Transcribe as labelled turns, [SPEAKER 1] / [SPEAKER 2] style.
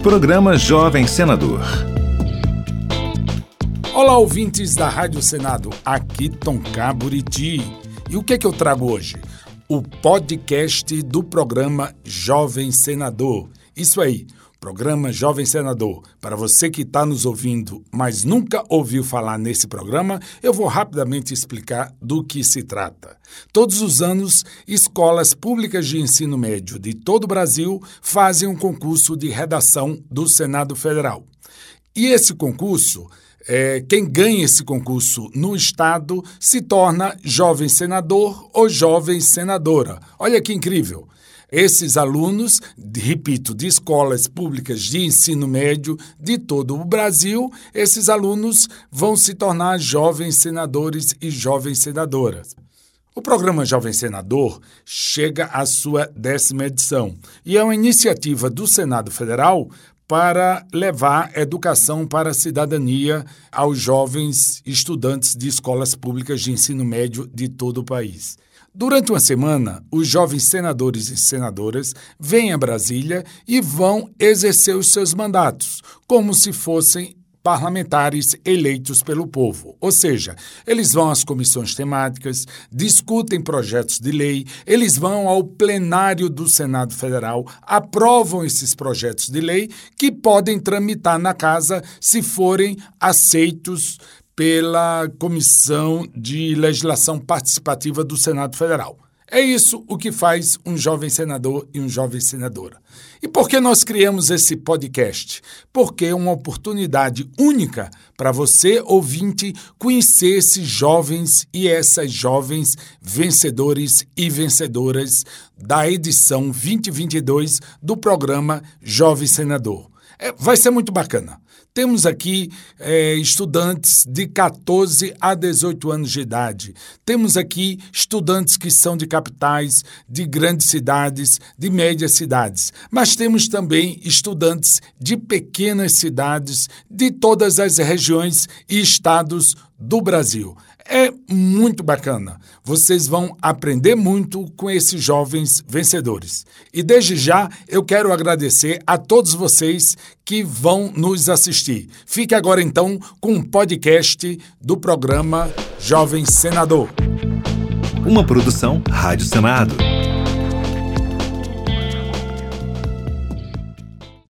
[SPEAKER 1] Programa Jovem Senador.
[SPEAKER 2] Olá, ouvintes da Rádio Senado, aqui Tonká Buriti. E o que eu trago hoje? O podcast do programa Jovem Senador. Isso aí, programa Jovem Senador. Para você que está nos ouvindo, mas nunca ouviu falar nesse programa, eu vou rapidamente explicar do que se trata. Todos os anos, escolas públicas de ensino médio de todo o Brasil fazem um concurso de redação do Senado Federal. E esse concurso, quem ganha esse concurso no Estado se torna jovem senador ou jovem senadora. Olha que incrível! Esses alunos, repito, de escolas públicas de ensino médio de todo o Brasil, esses alunos vão se tornar jovens senadores e jovens senadoras. O programa Jovem Senador chega à sua 10ª edição e é uma iniciativa do Senado Federal para levar educação para a cidadania aos jovens estudantes de escolas públicas de ensino médio de todo o país. Durante uma semana, os jovens senadores e senadoras vêm a Brasília e vão exercer os seus mandatos, como se fossem parlamentares eleitos pelo povo. Ou seja, eles vão às comissões temáticas, discutem projetos de lei, eles vão ao plenário do Senado Federal, aprovam esses projetos de lei que podem tramitar na casa se forem aceitos pela Comissão de Legislação Participativa do Senado Federal. É isso o que faz um jovem senador e uma jovem senadora. E por que nós criamos esse podcast? Porque é uma oportunidade única para você, ouvinte, conhecer esses jovens e essas jovens vencedores e vencedoras da edição 2022 do programa Jovem Senador. Vai ser muito bacana. Temos aqui estudantes de 14 a 18 anos de idade. Temos aqui estudantes que são de capitais, de grandes cidades, de médias cidades. Mas temos também estudantes de pequenas cidades, de todas as regiões e estados do Brasil. É muito bacana. Vocês vão aprender muito com esses jovens vencedores. E desde já eu quero agradecer a todos vocês que vão nos assistir. Fique agora então com o podcast do programa Jovem Senador.
[SPEAKER 1] Uma produção Rádio Senado.